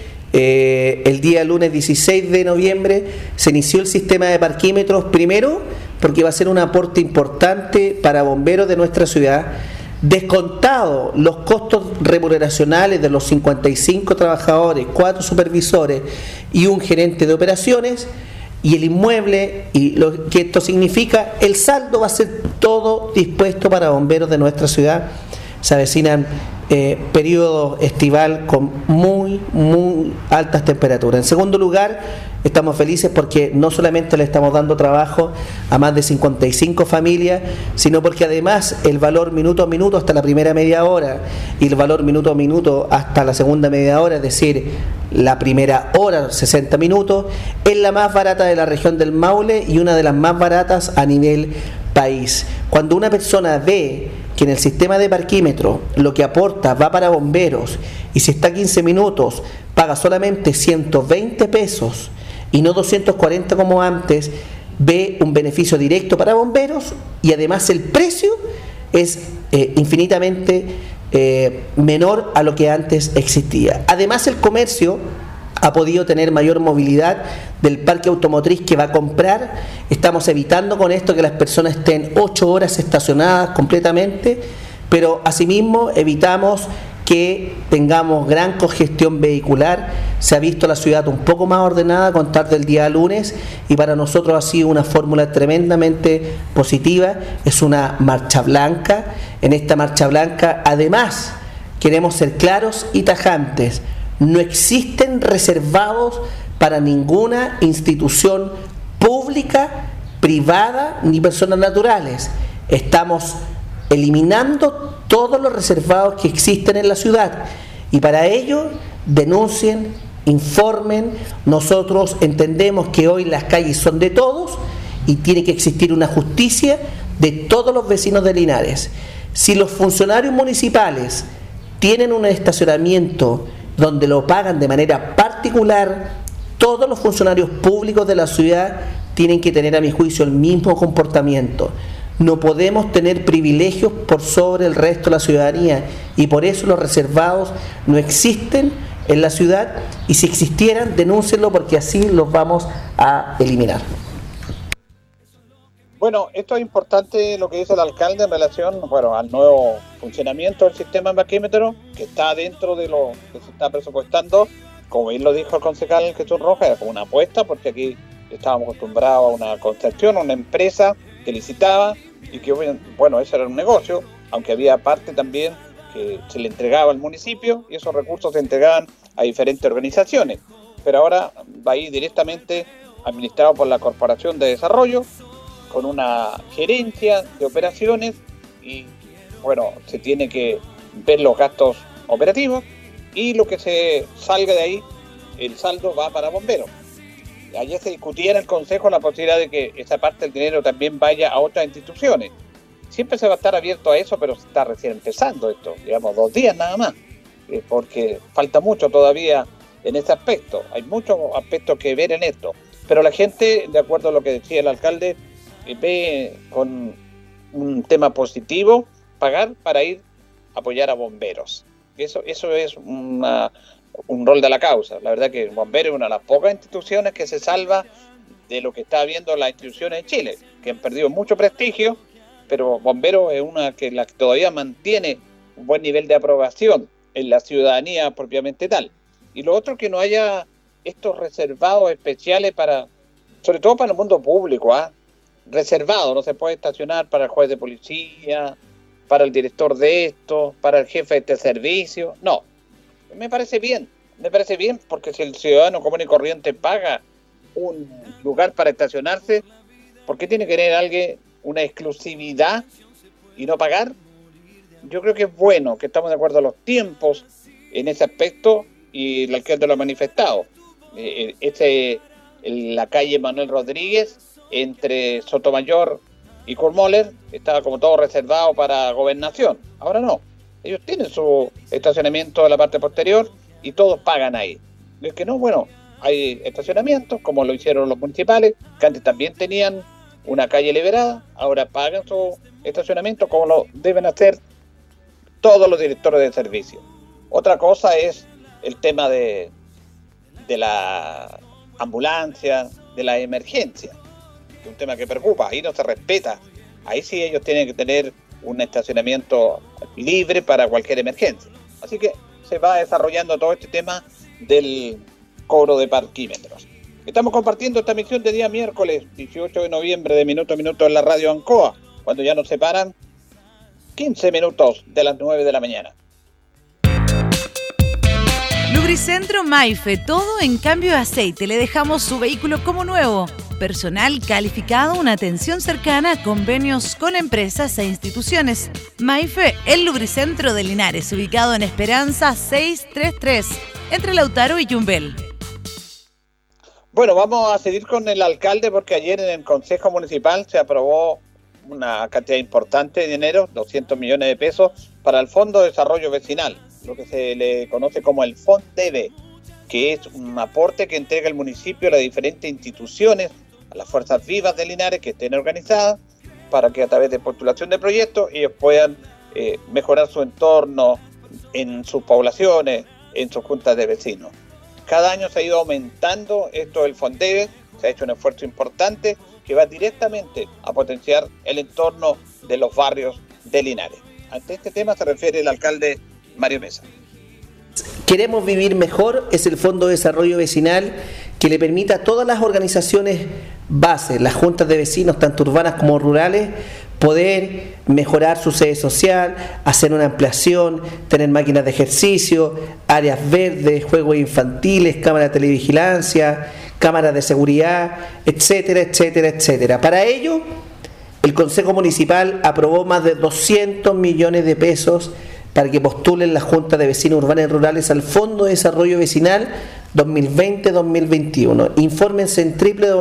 el día lunes 16 de noviembre se inició el sistema de parquímetros, primero porque va a ser un aporte importante para bomberos de nuestra ciudad, descontado los costos remuneracionales de los 55 trabajadores, 4 supervisores y un gerente de operaciones, y el inmueble, y lo que esto significa, el saldo va a ser todo dispuesto para bomberos de nuestra ciudad. Se avecinan periodo estival con muy altas temperaturas. En segundo lugar, estamos felices porque no solamente le estamos dando trabajo a más de 55 familias, sino porque además el valor minuto a minuto hasta la primera media hora y el valor minuto a minuto hasta la segunda media hora, es decir, la primera hora, 60 minutos, es la más barata de la región del Maule y una de las más baratas a nivel país. Cuando una persona ve que en el sistema de parquímetro lo que aporta va para bomberos y si está 15 minutos paga solamente 120 pesos y no 240 como antes, ve un beneficio directo para bomberos y además el precio es infinitamente menor a lo que antes existía. Además el comercio ha podido tener mayor movilidad del parque automotriz que va a comprar. Estamos evitando con esto que las personas estén 8 horas estacionadas completamente, pero asimismo evitamos que tengamos gran congestión vehicular. Se ha visto la ciudad un poco más ordenada a contar del día lunes y para nosotros ha sido una fórmula tremendamente positiva. Es una marcha blanca. En esta marcha blanca además queremos ser claros y tajantes. No existen reservados para ninguna institución pública, privada ni personas naturales. Estamos eliminando todos los reservados que existen en la ciudad y para ello denuncien, informen. Nosotros entendemos que hoy las calles son de todos y tiene que existir una justicia de todos los vecinos de Linares. Si los funcionarios municipales tienen un estacionamiento donde lo pagan de manera particular, todos los funcionarios públicos de la ciudad tienen que tener, a mi juicio, el mismo comportamiento. No podemos tener privilegios por sobre el resto de la ciudadanía y por eso los reservados no existen en la ciudad y si existieran, denúncienlo porque así los vamos a eliminar. Bueno, esto es importante lo que dice el alcalde en relación, al nuevo funcionamiento del sistema de parquímetro, que está dentro de lo que se está presupuestando. Como bien lo dijo el concejal Jesús Rojas, era como una apuesta, porque aquí estábamos acostumbrados a una concesión, a una empresa que licitaba, y que, ese era un negocio, aunque había parte también que se le entregaba al municipio, y esos recursos se entregaban a diferentes organizaciones. Pero ahora va a ir directamente administrado por la Corporación de Desarrollo, con una gerencia de operaciones y se tiene que ver los gastos operativos y lo que se salga de ahí, el saldo va para bomberos. Ayer se discutía en el Consejo la posibilidad de que esa parte del dinero también vaya a otras instituciones. Siempre se va a estar abierto a eso, pero está recién empezando esto, 2 días nada más, porque falta mucho todavía en ese aspecto. Hay muchos aspectos que ver en esto, pero la gente, de acuerdo a lo que decía el alcalde, ve con un tema positivo pagar para ir a apoyar a bomberos. Eso es un rol de la causa. La verdad que el bombero es una de las pocas instituciones que se salva de lo que está viendo las instituciones en Chile, que han perdido mucho prestigio, pero bombero es una que todavía mantiene un buen nivel de aprobación en la ciudadanía propiamente tal. Y lo otro, que no haya estos reservados especiales para, sobre todo para el mundo público, reservado, no se puede estacionar para el juez de policía, para el director de esto, para el jefe de este servicio. No, me parece bien porque si el ciudadano común y corriente paga un lugar para estacionarse, ¿por qué tiene que tener alguien una exclusividad y no pagar? Yo creo que es bueno, que estamos de acuerdo a los tiempos en ese aspecto y el alcalde lo ha manifestado. La calle Manuel Rodríguez entre Sotomayor y Kurmoller estaba como todo reservado para gobernación. Ahora no, ellos tienen su estacionamiento en la parte posterior y todos pagan ahí. Es que no, bueno, hay estacionamientos como lo hicieron los municipales, que antes también tenían una calle liberada, ahora pagan su estacionamiento como lo deben hacer todos los directores de servicio. Otra cosa es el tema de la ambulancia, de la emergencia, que es un tema que preocupa. Ahí no se respeta, ahí sí ellos tienen que tener un estacionamiento libre para cualquier emergencia. Así que se va desarrollando todo este tema del cobro de parquímetros. Estamos compartiendo esta emisión de día miércoles 18 de noviembre de Minuto a Minuto en la radio Ancoa, cuando ya nos separan 15 minutos de las 9 de la mañana. Lubricentro Maife, todo en cambio de aceite. Le dejamos su vehículo como nuevo. Personal calificado, una atención cercana, convenios con empresas e instituciones. Maife, el Lubricentro de Linares, ubicado en Esperanza 633, entre Lautaro y Yumbel. Bueno, vamos a seguir con el alcalde porque ayer en el Consejo Municipal se aprobó una cantidad importante de dinero, 200 millones de pesos, para el Fondo de Desarrollo Vecinal, lo que se le conoce como el FONDEVE, que es un aporte que entrega el municipio a las diferentes instituciones, a las fuerzas vivas de Linares que estén organizadas, para que a través de postulación de proyectos ellos puedan mejorar su entorno en sus poblaciones, en sus juntas de vecinos. Cada año se ha ido aumentando esto del FONDEVE, se ha hecho un esfuerzo importante que va directamente a potenciar el entorno de los barrios de Linares. Ante este tema se refiere el alcalde Mario Mesa. Queremos vivir mejor es el Fondo de Desarrollo Vecinal que le permita a todas las organizaciones bases, las juntas de vecinos, tanto urbanas como rurales, poder mejorar su sede social, hacer una ampliación, tener máquinas de ejercicio, áreas verdes, juegos infantiles, cámaras de televigilancia, cámaras de seguridad, etcétera, etcétera, etcétera. Para ello, el Consejo Municipal aprobó más de 200 millones de pesos para que postulen las juntas de vecinos urbanas y rurales al Fondo de Desarrollo Vecinal 2020-2021. Infórmense en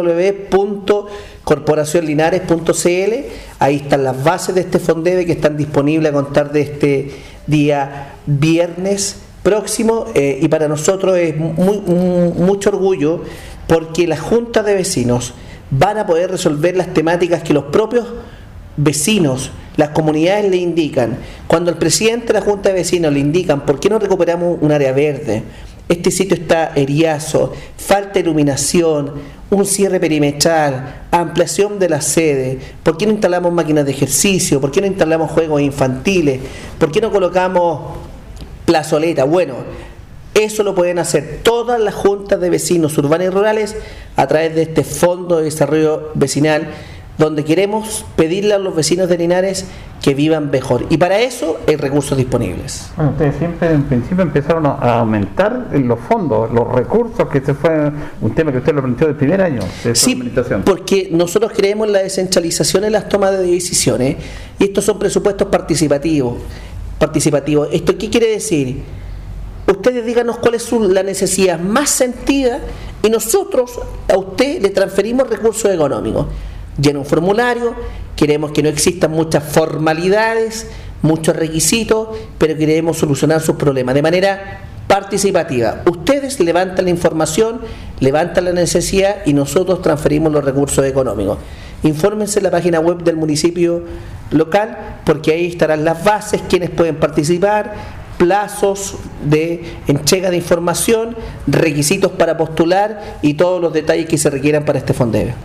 www.corporacionlinares.cl. Ahí están las bases de este FONDEVE que están disponibles a contar de este día viernes próximo, y para nosotros es mucho orgullo porque las juntas de vecinos van a poder resolver las temáticas que los propios vecinos, las comunidades le indican. Cuando el presidente de la Junta de Vecinos le indican ¿por qué no recuperamos un área verde? Este sitio está eriazo, falta iluminación, un cierre perimetral, ampliación de la sede, ¿por qué no instalamos máquinas de ejercicio? ¿Por qué no instalamos juegos infantiles? ¿Por qué no colocamos plazoleta? Bueno, eso lo pueden hacer todas las juntas de vecinos urbanas y rurales a través de este Fondo de Desarrollo Vecinal, donde queremos pedirle a los vecinos de Linares que vivan mejor. Y para eso hay recursos disponibles. Bueno, ustedes siempre en principio empezaron a aumentar los fondos, los recursos, que ese fue un tema que usted lo planteó del primer año de su administración. Porque nosotros creemos en la descentralización en las tomas de decisiones, y estos son presupuestos participativos. ¿Esto qué quiere decir? Ustedes díganos cuál es la necesidad más sentida y nosotros a usted le transferimos recursos económicos. Llena un formulario, queremos que no existan muchas formalidades, muchos requisitos, pero queremos solucionar sus problemas de manera participativa. Ustedes levantan la información, levantan la necesidad y nosotros transferimos los recursos económicos. Infórmense en la página web del municipio local, porque ahí estarán las bases, quienes pueden participar, plazos de entrega de información, requisitos para postular y todos los detalles que se requieran para este FONDEVE.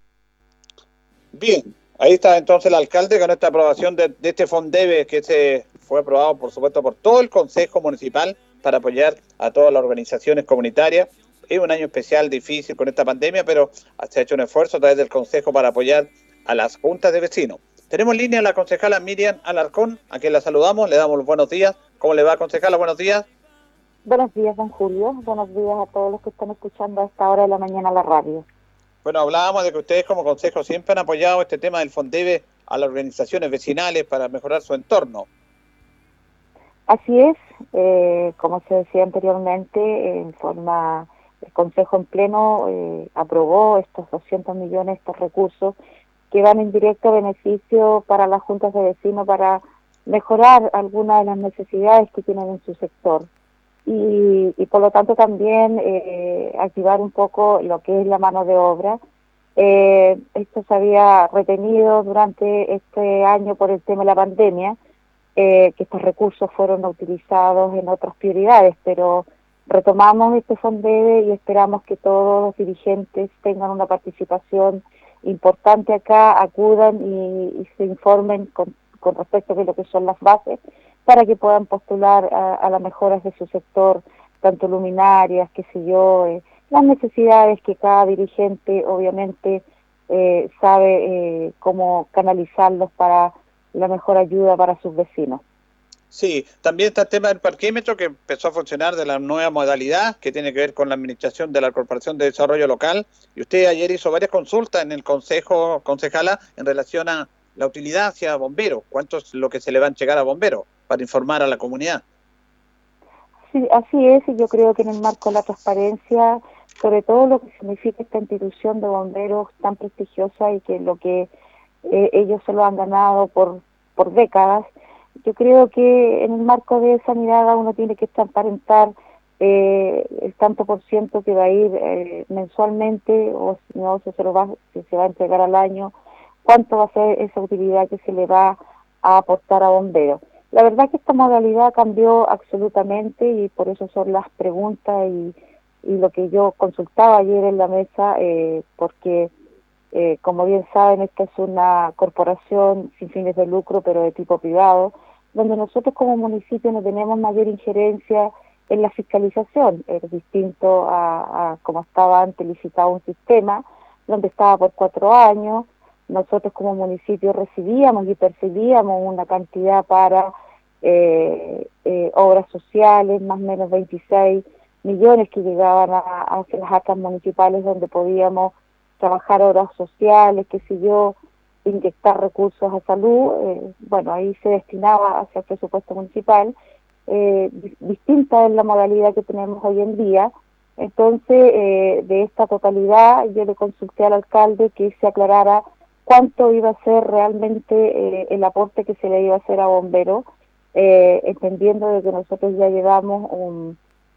Bien, ahí está entonces el alcalde con esta aprobación de este FONDEVE que se fue aprobado, por supuesto, por todo el Consejo Municipal para apoyar a todas las organizaciones comunitarias es un año especial, difícil con esta pandemia, pero se ha hecho un esfuerzo a través del Consejo para apoyar a las juntas de vecinos. Tenemos en línea a la concejala Miriam Alarcón, a quien la saludamos, le damos los buenos días. ¿Cómo le va, concejala? Buenos días. Buenos días, don Julio. Buenos días a todos los que están escuchando a esta hora de la mañana la radio. Bueno, hablábamos de que ustedes como consejo siempre han apoyado este tema del Fondeve a las organizaciones vecinales para mejorar su entorno. Así es, como se decía anteriormente, el Consejo en pleno aprobó estos 200 millones, estos recursos que van en directo beneficio para las juntas de vecinos para mejorar algunas de las necesidades que tienen en su sector. Y por lo tanto también activar un poco lo que es la mano de obra. Esto se había retenido durante este año por el tema de la pandemia, que estos recursos fueron utilizados en otras prioridades, pero retomamos este Fondeve y esperamos que todos los dirigentes tengan una participación importante acá, acudan y se informen con respecto a lo que son las bases para que puedan postular a las mejoras de su sector, tanto luminarias, qué sé yo, las necesidades que cada dirigente obviamente sabe cómo canalizarlos para la mejor ayuda para sus vecinos. Sí, también está el tema del parquímetro que empezó a funcionar de la nueva modalidad que tiene que ver con la administración de la Corporación de Desarrollo Local, y usted ayer hizo varias consultas en el Consejo, concejala, en relación a la utilidad hacia bomberos. ¿Cuánto es lo que se le va a entregar a bomberos para informar a la comunidad? Sí, así es, y yo creo que en el marco de la transparencia, sobre todo lo que significa esta institución de bomberos tan prestigiosa y que lo que ellos se lo han ganado por décadas, yo creo que en el marco de esa mirada uno tiene que transparentar el tanto por ciento que va a ir mensualmente, o si no, si se va a entregar al año, cuánto va a ser esa utilidad que se le va a aportar a bomberos. La verdad que esta modalidad cambió absolutamente y por eso son las preguntas y lo que yo consultaba ayer en la mesa, porque como bien saben, esta es una corporación sin fines de lucro, pero de tipo privado, donde nosotros como municipio no tenemos mayor injerencia en la fiscalización. Es distinto a como estaba antes licitado un sistema, donde estaba por 4 años. Nosotros como municipio recibíamos y percibíamos una cantidad para obras sociales, más o menos 26 millones que llegaban a las arcas municipales, donde podíamos trabajar obras sociales, qué sé yo, inyectar recursos a salud. Bueno, ahí se destinaba hacia el presupuesto municipal. Distinta es la modalidad que tenemos hoy en día. Entonces, de esta totalidad, yo le consulté al alcalde que se aclarara cuánto iba a ser realmente el aporte que se le iba a hacer a bomberos, entendiendo de que nosotros ya llevamos un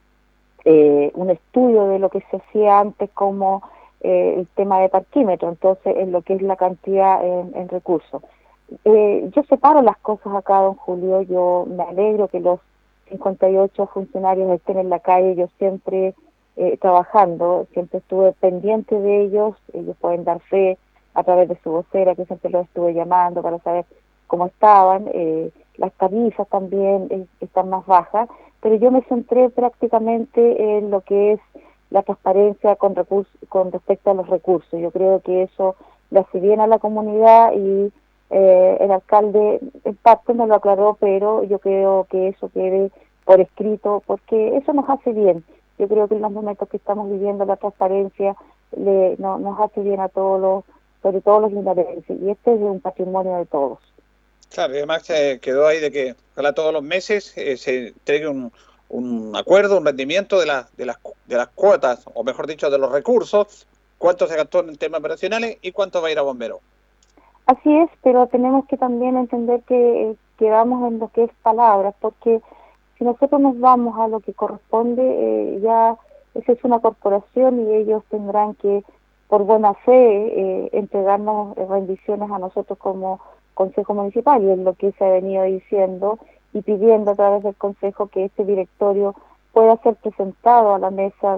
estudio de lo que se hacía antes como el tema de parquímetro, entonces en lo que es la cantidad en recursos. Yo separo las cosas acá, don Julio. Yo me alegro que los 58 funcionarios estén en la calle. Yo siempre trabajando, siempre estuve pendiente de ellos pueden dar fe a través de su vocera, que siempre los estuve llamando para saber cómo estaban. Las tarifas también están más bajas, pero yo me centré prácticamente en lo que es la transparencia con respecto a los recursos. Yo creo que eso le hace bien a la comunidad y el alcalde en parte me lo aclaró, pero yo creo que eso quede por escrito porque eso nos hace bien. Yo creo que en los momentos que estamos viviendo la transparencia nos hace bien a todos sobre todo los linarenses, y este es un patrimonio de todos. Claro, y además se quedó ahí de que ojalá todos los meses se entregue un acuerdo, un rendimiento de las cuotas, o mejor dicho, de los recursos, cuánto se gastó en temas operacionales y cuánto va a ir a bomberos. Así es, pero tenemos que también entender que quedamos en lo que es palabras, porque si nosotros nos vamos a lo que corresponde, ya esa es una corporación y ellos tendrán que, por buena fe, entregarnos rendiciones a nosotros como Consejo Municipal, y es lo que se ha venido diciendo y pidiendo a través del Consejo que este directorio pueda ser presentado a la mesa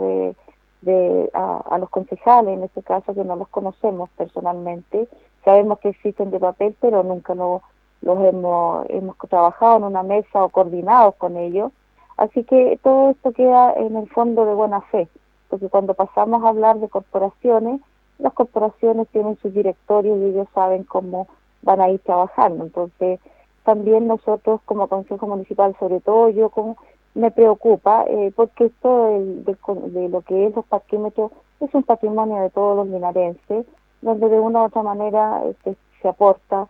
a los concejales, en este caso que no los conocemos personalmente. Sabemos que existen de papel, pero nunca los hemos trabajado en una mesa o coordinados con ellos. Así que todo esto queda en el fondo de buena fe. porque cuando pasamos a hablar de corporaciones, las corporaciones tienen sus directorios y ellos saben cómo van a ir trabajando. Entonces, también nosotros como Consejo Municipal, sobre todo yo, me preocupa, porque esto de lo que es los parquímetros es un patrimonio de todos los linarenses, donde de una u otra manera se aporta.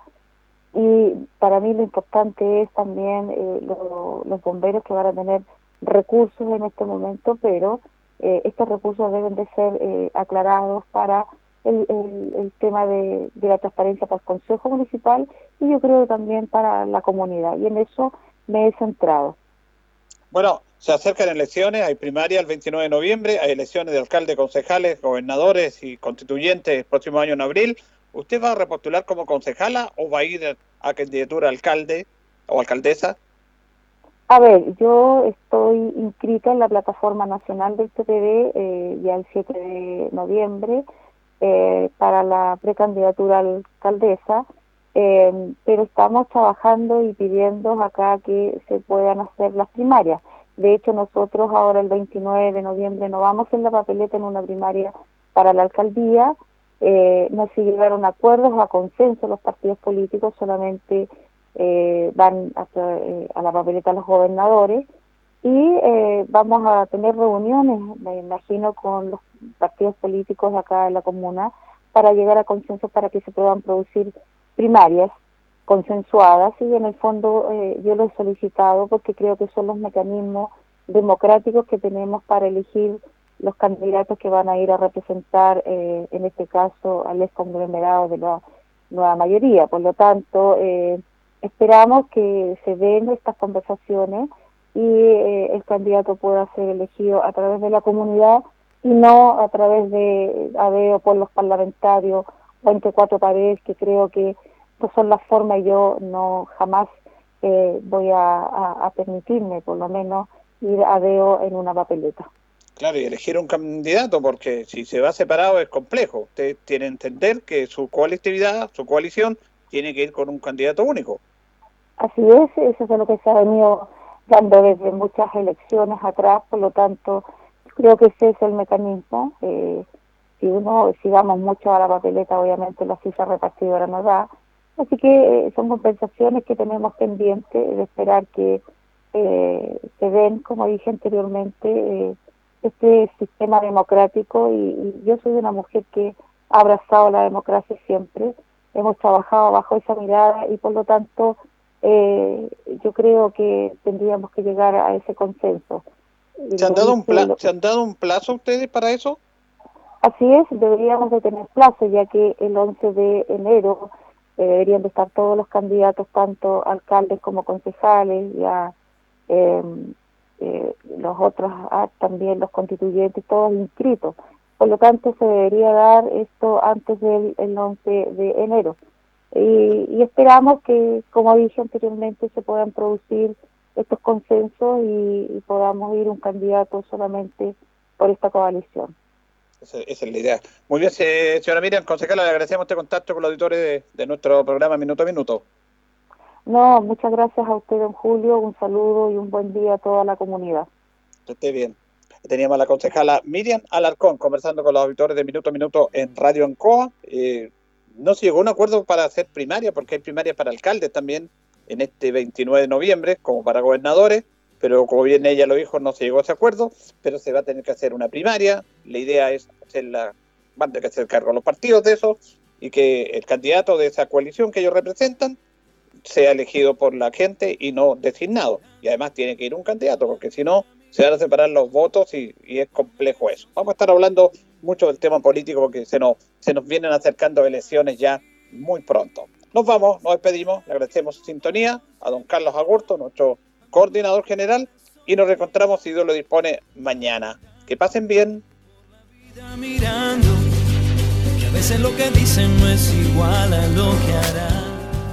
Y para mí lo importante es también los bomberos que van a tener recursos en este momento, pero estos recursos deben de ser aclarados para el tema de la transparencia para el Consejo Municipal y yo creo también para la comunidad, y en eso me he centrado. Bueno, se acercan elecciones, hay primaria el 29 de noviembre, hay elecciones de alcaldes, concejales, gobernadores y constituyentes el próximo año en abril. ¿Usted va a repostular como concejala o va a ir a candidatura a alcalde o alcaldesa? A ver, yo estoy inscrita en la plataforma nacional del PPD ya el 7 de noviembre para la precandidatura a alcaldesa, pero estamos trabajando y pidiendo acá que se puedan hacer las primarias. De hecho, nosotros ahora el 29 de noviembre no vamos en la papeleta en una primaria para la alcaldía. No se llegaron a acuerdos o a consenso los partidos políticos, solamente van a la papeleta los gobernadores y vamos a tener reuniones, me imagino, con los partidos políticos acá en la comuna para llegar a consensos para que se puedan producir primarias consensuadas, y en el fondo yo lo he solicitado porque creo que son los mecanismos democráticos que tenemos para elegir los candidatos que van a ir a representar en este caso al exconglomerado de la nueva mayoría. Por lo tanto, esperamos que se den estas conversaciones y el candidato pueda ser elegido a través de la comunidad y no a través de ADEO por los parlamentarios o entre cuatro paredes, que creo que no son las formas, y yo no jamás voy a permitirme por lo menos ir a ADEO en una papeleta. Claro, y elegir un candidato, porque si se va separado es complejo. Usted tiene que entender que su colectividad, su coalición, tiene que ir con un candidato único. Así es, eso es lo que se ha venido dando desde muchas elecciones atrás, por lo tanto, creo que ese es el mecanismo. Si vamos mucho a la papeleta, obviamente la ficha repartidora nos da. Así que son compensaciones que tenemos pendientes de esperar que se den, como dije anteriormente, este sistema democrático, y yo soy una mujer que ha abrazado la democracia siempre, hemos trabajado bajo esa mirada y por lo tanto yo creo que tendríamos que llegar a ese consenso. ¿Se han dado un plazo ustedes para eso? Así es, deberíamos de tener plazo, ya que el 11 de enero deberían de estar todos los candidatos, tanto alcaldes como concejales, ya los otros también los constituyentes, todos inscritos. Por lo tanto, se debería dar esto antes del 11 de enero. Y esperamos que, como dije anteriormente, se puedan producir estos consensos y podamos ir un candidato solamente por esta coalición. Esa es la idea. Muy bien, señora Miriam, concejala, le agradecemos este contacto con los auditores de nuestro programa Minuto a Minuto. No, muchas gracias a usted, don Julio, un saludo y un buen día a toda la comunidad. Que esté bien. Teníamos a la concejala Miriam Alarcón conversando con los auditores de Minuto a Minuto en Radio Ancoa. No se llegó a un acuerdo para hacer primaria, porque hay primarias para alcaldes también en este 29 de noviembre, como para gobernadores, pero como bien ella lo dijo, no se llegó a ese acuerdo, pero se va a tener que hacer una primaria. La idea es van a tener que hacer cargo a los partidos de eso, y que el candidato de esa coalición que ellos representan sea elegido por la gente y no designado. Y además tiene que ir un candidato, porque si no, se van a separar los votos y es complejo eso. Vamos a estar hablando mucho del tema político porque se nos vienen acercando elecciones ya muy pronto. Nos vamos, nos despedimos, le agradecemos su sintonía a don Carlos Agurto, nuestro coordinador general, y nos reencontramos, si Dios lo dispone, mañana. Que pasen bien. Mirando, que a veces lo que dicen no es igual a lo que harán.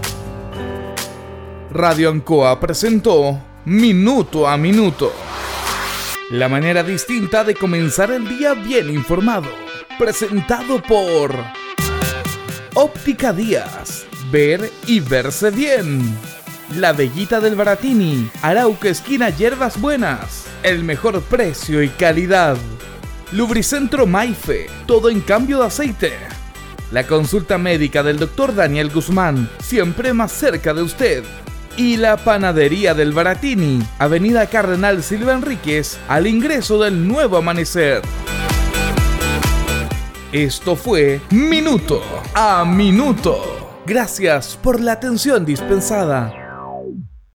Radio Ancoa presentó Minuto a Minuto, la manera distinta de comenzar el día bien informado. Presentado por Óptica Díaz, ver y verse bien. La Bellita del Baratini, Arauco esquina Hierbas Buenas, el mejor precio y calidad. Lubricentro Maife, todo en cambio de aceite. La consulta médica del Dr. Daniel Guzmán, siempre más cerca de usted. Y la panadería del Baratini, Avenida Cardenal Silva Enríquez, al ingreso del Nuevo Amanecer. Esto fue Minuto a Minuto. Gracias por la atención dispensada.